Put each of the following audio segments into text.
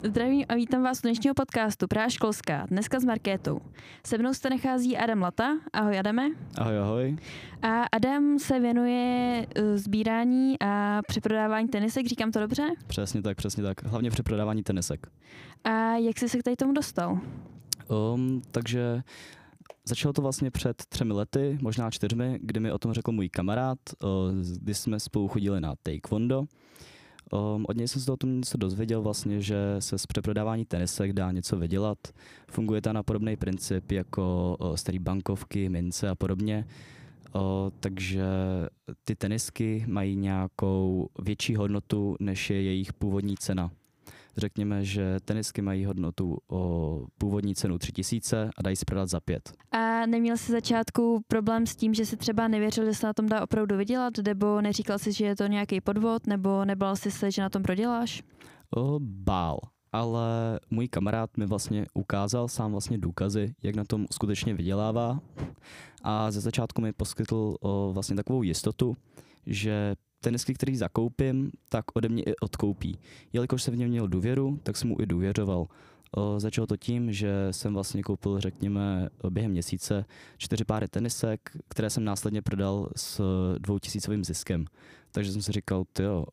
Zdravím a vítám vás u dnešního podcastu Praha školská, dneska s Markétou. Se mnou se nachází Adam Lata. Ahoj Adame. Ahoj, ahoj. A Adam se věnuje sbírání a přeprodávání tenisek, říkám to dobře? Přesně tak. Hlavně přeprodávání tenisek. A jak jsi se k tady tomu dostal? Takže začalo to vlastně před 3 lety, možná 4, kdy mi o tom řekl můj kamarád, kdy jsme spolu chodili na taekwondo. Od něj jsem se o tom něco dozvěděl vlastně, že se z přeprodávání tenisek dá něco vydělat. Funguje to na podobný princip jako staré bankovky, mince a podobně. Takže ty tenisky mají nějakou větší hodnotu, než je jejich původní cena. Řekněme, že tenisky mají hodnotu o původní cenu 3000 a dají se prodat za 5. A neměl jsi začátku problém s tím, že si třeba nevěřil, že se na tom dá opravdu vydělat, nebo neříkal jsi, že je to nějaký podvod, nebo nebál jsi se, že na tom proděláš? Bál, ale můj kamarád mi vlastně ukázal sám vlastně důkazy, jak na tom skutečně vydělává, a ze začátku mi poskytl vlastně takovou jistotu, že tenisky, který zakoupím, tak ode mě i odkoupí. Jelikož jsem v něm měl důvěru, tak jsem mu i důvěřoval. Začalo to tím, že jsem vlastně koupil, řekněme, během měsíce 4 páry tenisek, které jsem následně prodal s 2000 ziskem. Takže jsem si říkal,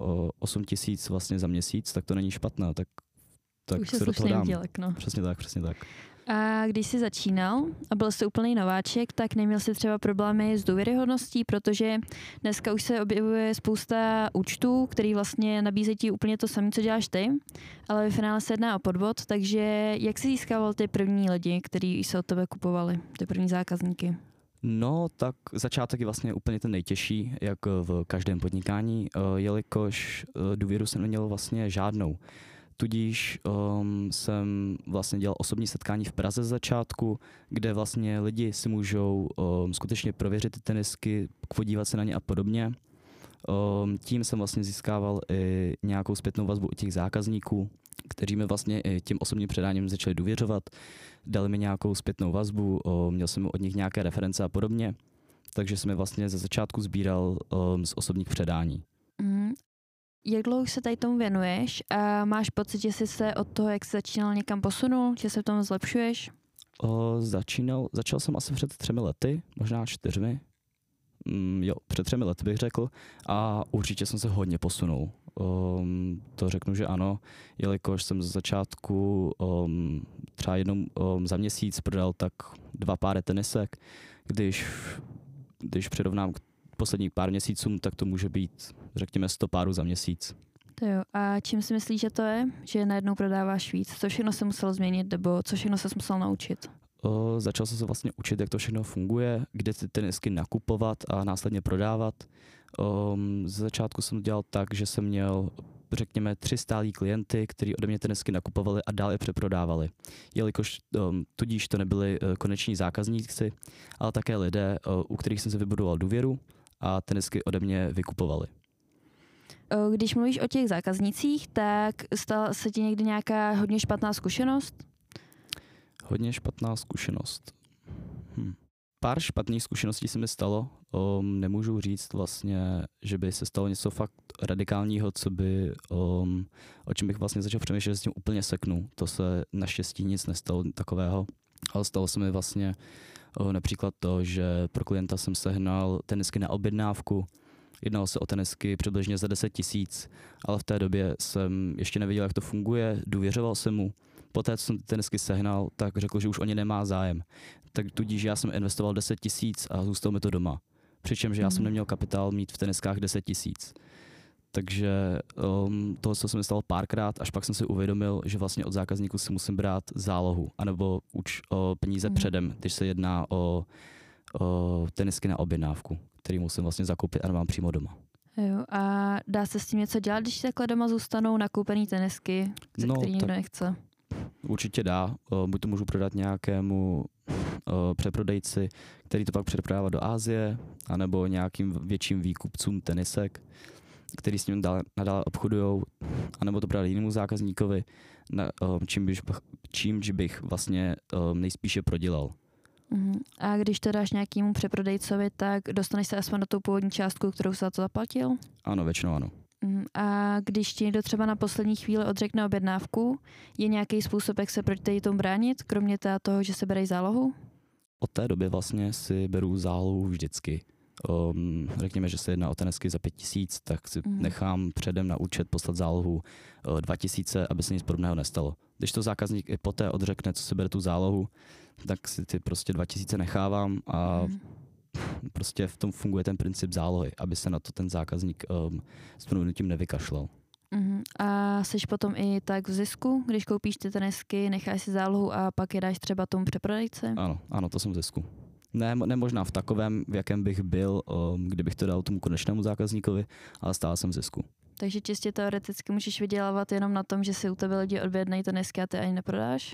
8000 vlastně za měsíc, tak to není špatná, tak se do toho dám. Výdělek, no. Přesně tak. A když jsi začínal a byl jsi úplný nováček, tak neměl jsi třeba problémy s důvěryhodností, protože dneska už se objevuje spousta účtů, který vlastně nabízejí ti úplně to samé, co děláš ty, ale ve finále se jedná o podvod, takže jak jsi získával ty první lidi, kteří se od tebe kupovali, ty první zákazníky? No, tak začátek je vlastně úplně ten nejtěžší, jak v každém podnikání, jelikož důvěru jsem neměl vlastně žádnou. Tudíž jsem vlastně dělal osobní setkání v Praze z začátku, kde vlastně lidi si můžou skutečně prověřit ty tenisky, podívat se na ně a podobně. Tím jsem vlastně získával i nějakou zpětnou vazbu od těch zákazníků, kteří mi vlastně i tím osobním předáním začali důvěřovat. Dali mi nějakou zpětnou vazbu, měl jsem od nich nějaké reference a podobně, takže jsem je vlastně ze začátku sbíral z osobních předání. Jak dlouho se tady tomu věnuješ a máš pocit, že jsi se od toho, jak jsi začínal, někam posunul, že se v tom zlepšuješ? Začal jsem asi před 3 lety, možná 4. Před 3 lety bych řekl, a určitě jsem se hodně posunul. To řeknu, že ano, jelikož jsem ze začátku třeba jednou za měsíc prodal tak 2 páry tenisek, když přirovnám k posledních pár měsícům, tak to může být, řekněme, 100 párů za měsíc. To jo. A čím si myslíš, že to je? Že najednou prodáváš víc? Co všechno se musel změnit, nebo co všechno se musel naučit? Začal jsem se vlastně učit, jak to všechno funguje, kde ty tenisky nakupovat a následně prodávat. Ze začátku jsem to dělal tak, že jsem měl, řekněme, 3 stálí klienty, kteří ode mě tenisky nakupovali a dál je přeprodávali. Jelikož tudíž to nebyli koneční zákazníci, ale také lidé, u kterých jsem si vybudoval důvěru a tenisky ode mě vykupovali. Když mluvíš o těch zákaznících, tak stala se ti někdy nějaká hodně špatná zkušenost? Hodně špatná zkušenost. Pár špatných zkušeností se mi stalo. Nemůžu říct vlastně, že by se stalo něco fakt radikálního, o čem bych vlastně začal přemýšlet, že s tím úplně seknu. To se naštěstí nic nestalo takového. Ale stalo se mi vlastně například to, že pro klienta jsem sehnal tenisky na objednávku. Jednalo se o tenisky přibližně za 10 000, ale v té době jsem ještě nevěděl, jak to funguje, důvěřoval jsem mu. Poté, co jsem ty tenisky sehnal, tak řekl, že už o ně nemá zájem. Tak tudíž já jsem investoval 10 000 a zůstalo mi to doma. Přičemž já jsem neměl kapitál mít v teniskách 10 000. Takže toho, co se mi stalo párkrát, až pak jsem si uvědomil, že vlastně od zákazníků si musím brát zálohu, anebo už peníze předem, když se jedná o tenisky na objednávku, který musím vlastně zakoupit a nemám přímo doma. Jo, a dá se s tím něco dělat, když takhle doma zůstanou nakoupený tenisky, který nikdo nechce? Určitě dá. Buď to můžu prodat nějakému přeprodejci, který to pak přeprodává do Asie, anebo nějakým větším výkupcům tenisek, který s ním nadále obchodujou, anebo to prodat jinému zákazníkovi, čímž bych vlastně nejspíše prodělal. A když to dáš nějakému přeprodejcovi, tak dostaneš se aspoň na tu původní částku, kterou jsi za to zaplatil? Ano, většinou ano. A když ti někdo třeba na poslední chvíli odřekne objednávku, je nějaký způsob, jak se proti tomu bránit, kromě toho, že se bereš zálohu? Od té doby vlastně si beru zálohu vždycky. Řekněme, že se jedná o tenisky za 5 000, tak si nechám předem na účet poslat zálohu 2 000, aby se nic podobného nestalo. Když to zákazník i poté odřekne, co si bere tu zálohu, tak si ty prostě 2 000 nechávám a prostě v tom funguje ten princip zálohy, aby se na to ten zákazník s prominutím nevykašlal. A jsi potom i tak v zisku, když koupíš ty tenisky, necháš si zálohu a pak je dáš třeba tomu přeprodejce? Ano, to jsem v zisku. Ne možná v takovém, v jakém bych byl, kdybych to dal tomu konečnému zákazníkovi, ale stále jsem v zisku. Takže čistě teoreticky můžeš vydělávat jenom na tom, že si u tebe lidi odbědnají tenisky a ty ani neprodáš?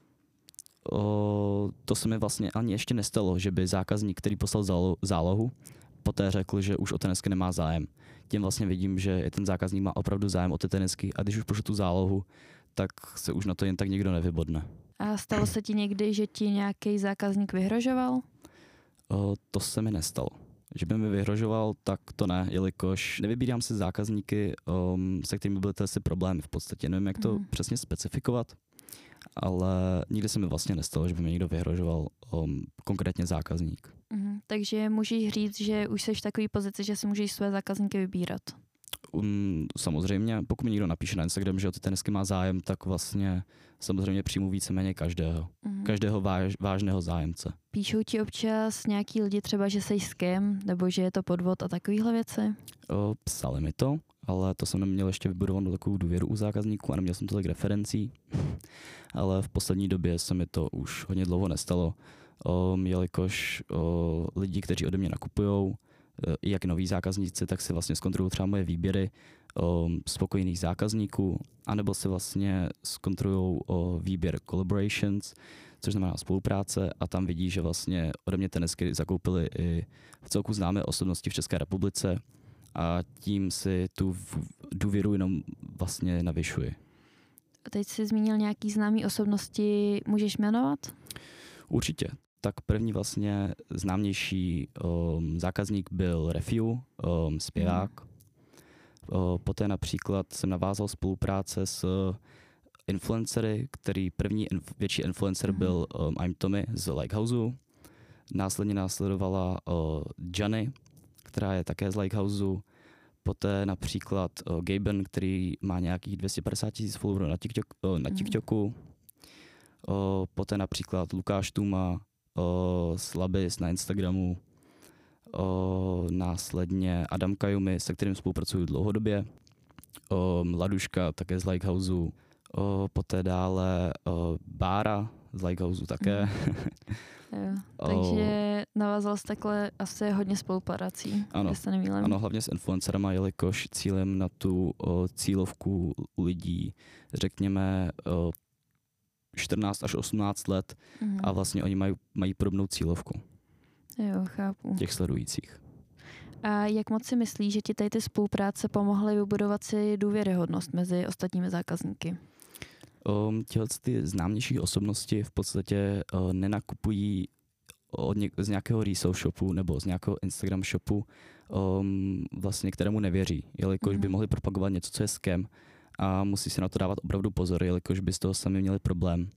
To se mi vlastně ani ještě nestalo, že by zákazník, který poslal zálohu, poté řekl, že už o tenisky nemá zájem. Tím vlastně vidím, že ten zákazník má opravdu zájem o ty tenisky a když už pošlu tu zálohu, tak se už na to jen tak nikdo nevybodne. A stalo se ti někdy, že ti nějaký zákazník vyhrožoval? To se mi nestalo. Že by mi vyhrožoval, tak to ne, jelikož nevybírám si zákazníky, se kterými byly ty problémy v podstatě. Nevím, jak to přesně specifikovat, ale nikdy se mi vlastně nestalo, že by mi někdo vyhrožoval konkrétně zákazník. Takže můžeš říct, že už jsi v takové pozici, že si můžeš své zákazníky vybírat? Samozřejmě, pokud mi někdo napíše na Instagram, že o ty tenisky má zájem, tak vlastně samozřejmě přijmu víceméně každého vážného zájemce. Píšou ti občas nějaký lidi třeba, že jsi scam, nebo že je to podvod a takovéhle věci? Psali mi to, ale to jsem neměl ještě vybudovanou takovou důvěru u zákazníků a neměl jsem to tak referencí, ale v poslední době se mi to už hodně dlouho nestalo, jelikož lidi, kteří ode mě nakupujou, jak noví zákazníci, tak si vlastně zkontrolují třeba moje výběry spokojených zákazníků, anebo si vlastně zkontrolují výběr collaborations, což znamená spolupráce a tam vidí, že vlastně ode mě tenisky zakoupili i v celku známé osobnosti v České republice a tím si tu důvěru jenom vlastně navyšuji. A teď jsi zmínil nějaký známý osobnosti, můžeš jmenovat? Určitě. Tak první vlastně známější zákazník byl Refiu, zpěvák. Poté například jsem navázal spolupráce s influencery, který první větší influencer byl I'm Tommy z Likehouseu. Následně následovala Johnny, která je také z Likehouseu. Poté například Gaben, který má nějakých 250 000 followerů na TikToku. Poté například Lukáš Tuma, Slabis na Instagramu, následně Adam Kajumi, se kterým spolupracuju dlouhodobě, Laduška také z Likehouseu, poté dále Bára z Likehouseu také. Jo, takže navázal jsi takhle asi hodně spoluprací. Ano, hlavně s influencerama, jelikož cílem na tu cílovku lidí, řekněme 14 až 18 let a vlastně oni mají podobnou cílovku. Jo, chápu. Těch sledujících. A jak moc si myslíš, že ti tady ty spolupráce pomohly vybudovat si důvěryhodnost mezi ostatními zákazníky? Ty známější osobnosti v podstatě nenakupují z nějakého resale shopu nebo z nějakého Instagram shopu, vlastně kterému nevěří, jelikož by mohli propagovat něco, co je scam a musí si na to dávat opravdu pozor, jelikož by z toho sami měli problém.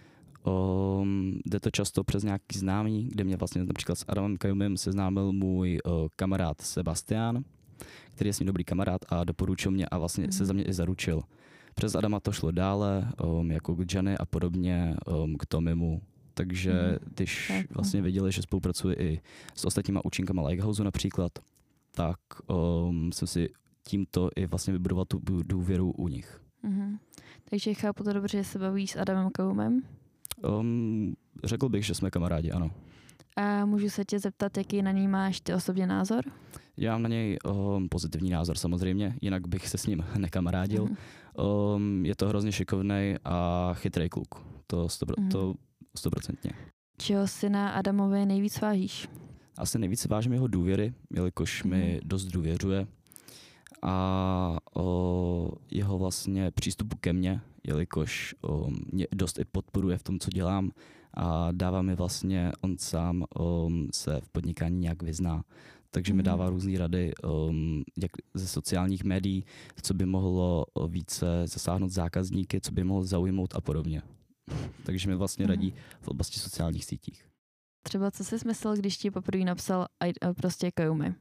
Jde to často přes nějaký známý, kde mě vlastně například s Adamem Kajumem seznámil můj kamarád Sebastián, který je s ním dobrý kamarád a doporučil mě a vlastně se za mě i zaručil. Přes Adama to šlo dále, jako k Johnny a podobně, k Tomimu. Takže když vlastně viděli, že spolupracuji i s ostatníma účinkama Likehouseu například, tak jsem si tímto i vlastně vybudoval tu důvěru u nich. Takže chápu to dobře, že se bavíš s Adamem Kajumem? Řekl bych, že jsme kamarádi, ano. A můžu se tě zeptat, jaký na něj máš ty osobně názor? Já mám na něj pozitivní názor samozřejmě, jinak bych se s ním nekamarádil. Je to hrozně šikovnej a chytrý kluk, to 100%. Čeho si na Adamovi nejvíc vážíš? Asi nejvíc vážím jeho důvěry, jelikož mi dost důvěřuje a jeho vlastně přístupu ke mně, jelikož mě dost i podporuje v tom, co dělám a dává mi vlastně, on sám se v podnikání nějak vyzná, takže mi dává různé rady jak ze sociálních médií, co by mohlo více zasáhnout zákazníky, co by mohlo zaujmout a podobně. Takže mi vlastně radí v oblasti sociálních sítích. Třeba co jsi myslel, když ti poprvé napsal prostě Koyumi?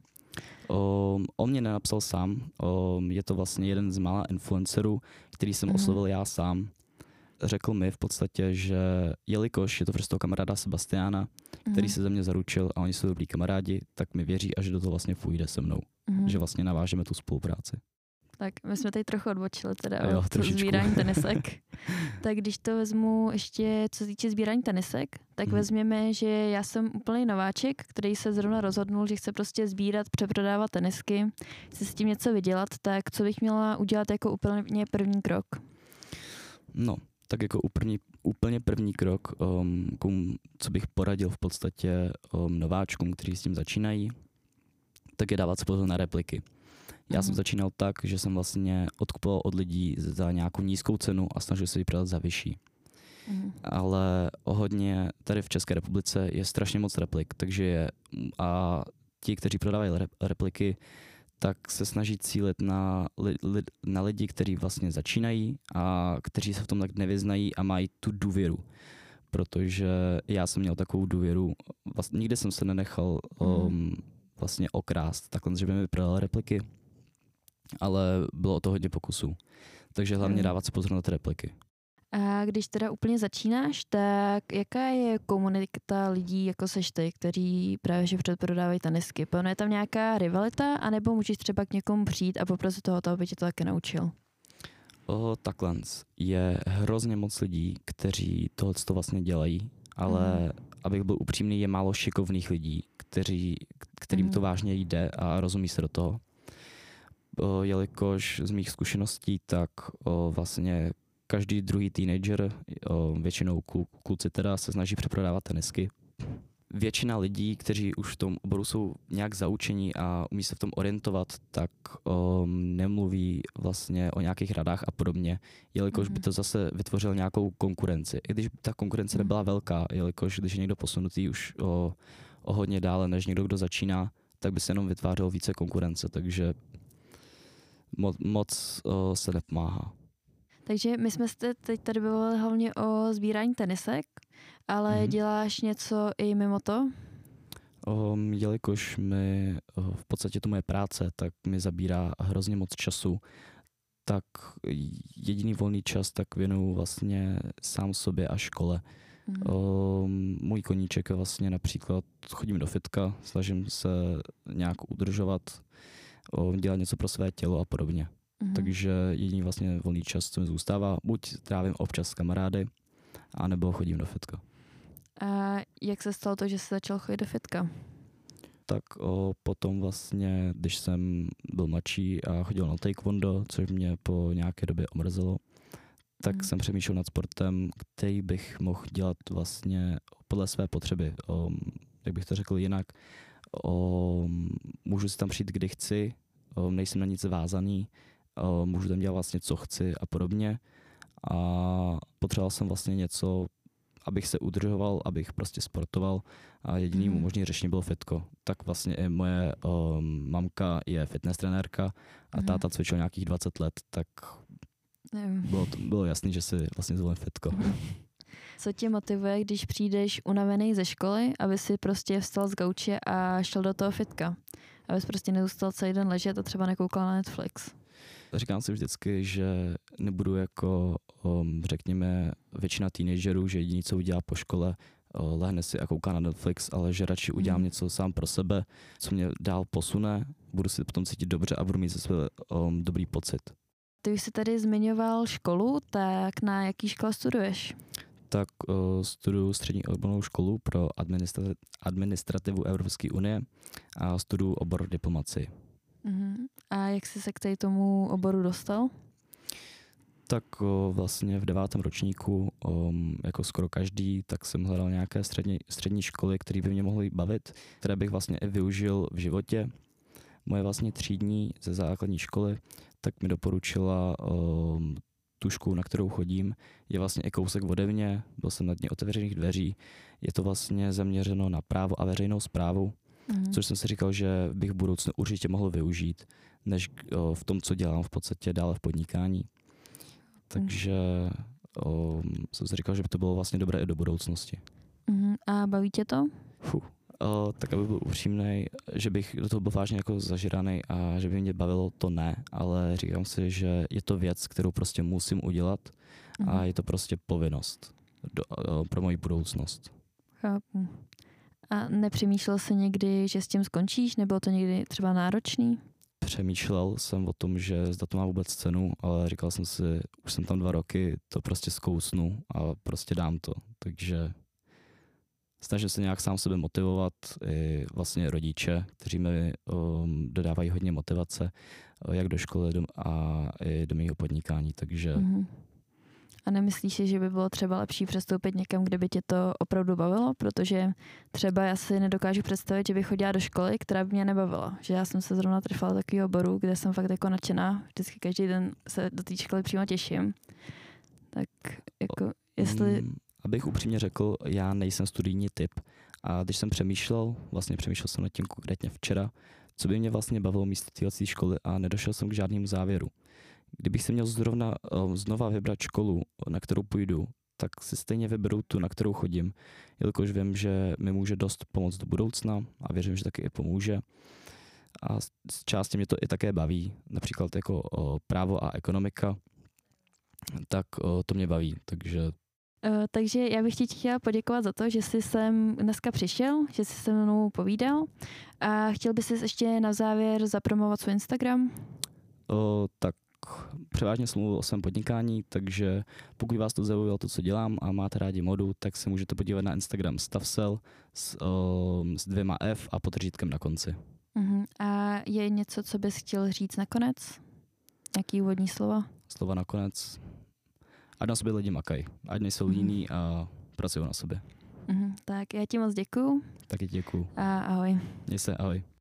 On mě nenapsal sám, je to vlastně jeden z mála influencerů, který jsem oslovil já sám. Řekl mi v podstatě, že jelikož je to prostě kamaráda Sebastiána, který se ze mě zaručil a oni jsou dobrý kamarádi, tak mi věří a že do toho vlastně půjde se mnou. Že vlastně navážeme tu spolupráci. Tak my jsme tady trochu odbočili teda jo, od sbírání tenisek. Tak když to vezmu ještě, co se týče sbírání tenisek, tak vezměme, že já jsem úplný nováček, který se zrovna rozhodnul, že chce prostě sbírat, přeprodávat tenisky, chce s tím něco vydělat, tak co bych měla udělat jako úplně první krok? No, tak jako úplně první krok, co bych poradil v podstatě nováčkům, kteří s tím začínají, tak je dávat si pozor na repliky. Já jsem začínal tak, že jsem vlastně odkupoval od lidí za nějakou nízkou cenu a snažil se ji prodat za vyšší. Ale hodně tady v České republice je strašně moc replik, takže a ti, kteří prodávají repliky, tak se snaží cílit na lidi, kteří vlastně začínají a kteří se v tom tak nevyznají a mají tu důvěru. Protože já jsem měl takovou důvěru, vlastně nikdy jsem se nenechal vlastně okrást, takhle, že by mi prodal repliky, ale bylo to hodně pokusů. Takže hlavně dávat si pozor na ty repliky. A když teda úplně začínáš, tak jaká je komunita lidí, jako seš ty, kteří právě že předprodávají tenisky? Je tam nějaká rivalita, anebo můžeš třeba k někomu přijít a poprosit toho, aby tě to taky naučil? Takhle je hrozně moc lidí, kteří tohleto vlastně dělají, ale abych byl upřímný, je málo šikovných lidí, kterým to vážně jde a rozumí se do toho. Jelikož z mých zkušeností, tak vlastně každý druhý teenager, většinou kluci teda, se snaží přeprodávat tenisky. Většina lidí, kteří už v tom oboru jsou nějak zaučení a umí se v tom orientovat, tak nemluví vlastně o nějakých radách a podobně, jelikož by to zase vytvořil nějakou konkurenci. I když ta konkurence nebyla velká, jelikož když je někdo posunutý už o hodně dále než někdo, kdo začíná, tak by se jenom vytvářelo více konkurence, takže moc se nepomáhá. Takže my jsme se teď tady bavili hlavně o sbírání tenisek, ale děláš něco i mimo to? Jelikož mi v podstatě to moje práce, tak mi zabírá hrozně moc času, tak jediný volný čas tak věnuju vlastně sám sobě a škole. Můj koníček je vlastně například chodím do fitka, snažím se nějak udržovat, dělat něco pro své tělo a podobně. Takže jediný vlastně volný čas, co mi zůstává, buď trávím občas s kamarády, anebo chodím do fitka. A jak se stalo to, že jsi začal chodit do fitka? Tak potom vlastně, když jsem byl mladší a chodil na taekwondo, což mě po nějaké době omrzelo, tak jsem přemýšlel nad sportem, který bych mohl dělat vlastně podle své potřeby. Jak bych to řekl jinak, můžu si tam přijít, kdy chci, nejsem na nic vázaný, můžu tam dělat vlastně, co chci a podobně. A potřeboval jsem vlastně něco, abych se udržoval, abych prostě sportoval a jediným možný řešení bylo fitko. Tak vlastně i moje mamka je fitness trenérka a táta cvičil nějakých 20 let, tak bylo jasný, že si vlastně zvolím fitko. Co tě motivuje, když přijdeš unavený ze školy, aby si prostě vstal z gauče a šel do toho fitka? Abys prostě nezůstal celý den ležet a třeba nekoukal na Netflix? Říkám si vždycky, že nebudu jako, řekněme, většina teenagerů, že jediný, co udělá po škole, lehne si a kouká na Netflix, ale že radši udělám něco sám pro sebe, co mě dál posune, budu si potom cítit dobře a budu mít ze sebe dobrý pocit. Ty už jsi tady zmiňoval školu, tak na jaký škole studuješ? Tak studuju střední odbornou školu pro administrativu Evropské unie a studuju obor diplomacii. A jak jsi se k tomu oboru dostal? Tak vlastně v 9. ročníku, jako skoro každý, tak jsem hledal nějaké střední školy, které by mě mohly bavit, které bych vlastně i využil v životě. Moje vlastně třídní ze základní školy, tak mi doporučila tu školu, na kterou chodím. Je vlastně i kousek ode mě, byl jsem na dně otevřených dveří. Je to vlastně zaměřeno na právo a veřejnou správu. což jsem si říkal, že bych v budoucnu určitě mohl využít, než v tom, co dělám v podstatě dále v podnikání. Takže jsem si říkal, že by to bylo vlastně dobré i do budoucnosti. A baví tě to? Tak aby byl upřímnej, že bych do toho byl vážně jako zažranej a že by mě bavilo, to ne, ale říkám si, že je to věc, kterou prostě musím udělat a je to prostě povinnost pro moji budoucnost. Chápu. A nepřemýšlel jsi někdy, že s tím skončíš? Nebylo to někdy třeba náročný? Přemýšlel jsem o tom, že zda to má vůbec cenu, ale říkal jsem si, už jsem tam 2 roky, to prostě zkousnu a prostě dám to. Takže snažím se nějak sám sebe motivovat, i vlastně rodiče, kteří mi dodávají hodně motivace, jak do školy a i do mého podnikání, takže... A nemyslíš si, že by bylo třeba lepší přestoupit někam, kde by tě to opravdu bavilo? Protože třeba já si nedokážu představit, že bych chodila do školy, která by mě nebavila. Že já jsem se zrovna trefala do takového oboru, kde jsem fakt jako nadšená. Vždycky každý den se do té školy přímo těším. Tak jako jestli... Abych upřímně řekl, já nejsem studijní typ. A když jsem přemýšlel jsem nad tím konkrétně včera, co by mě vlastně bavilo místo této školy a nedošel jsem k žádnému závěru. Kdybych si měl znova vybrat školu, na kterou půjdu, tak si stejně vyberu tu, na kterou chodím, jelikož vím, že mi může dost pomoct do budoucna a věřím, že taky i pomůže. A z části mě to i také baví, například jako právo a ekonomika, tak to mě baví, takže... Takže já bych ti chtěla poděkovat za to, že jsi sem dneska přišel, že jsi se mnou povídal a chtěl bys ještě na závěr zapromovat svůj Instagram? Tak převážně jsem mluvil o svém podnikání, takže pokud vás to zaujalo to, co dělám a máte rádi modu, tak se můžete podívat na Instagram Stavsel s 2 F a podržítkem na konci. A je něco, co bys chtěl říct nakonec? Nějaký úvodní slova? Slova nakonec. Ať na sobě lidi makají. Ať nejsou líní a pracují na sobě. Tak já ti moc děkuju. Taky děkuju. A ahoj. Měj se, ahoj.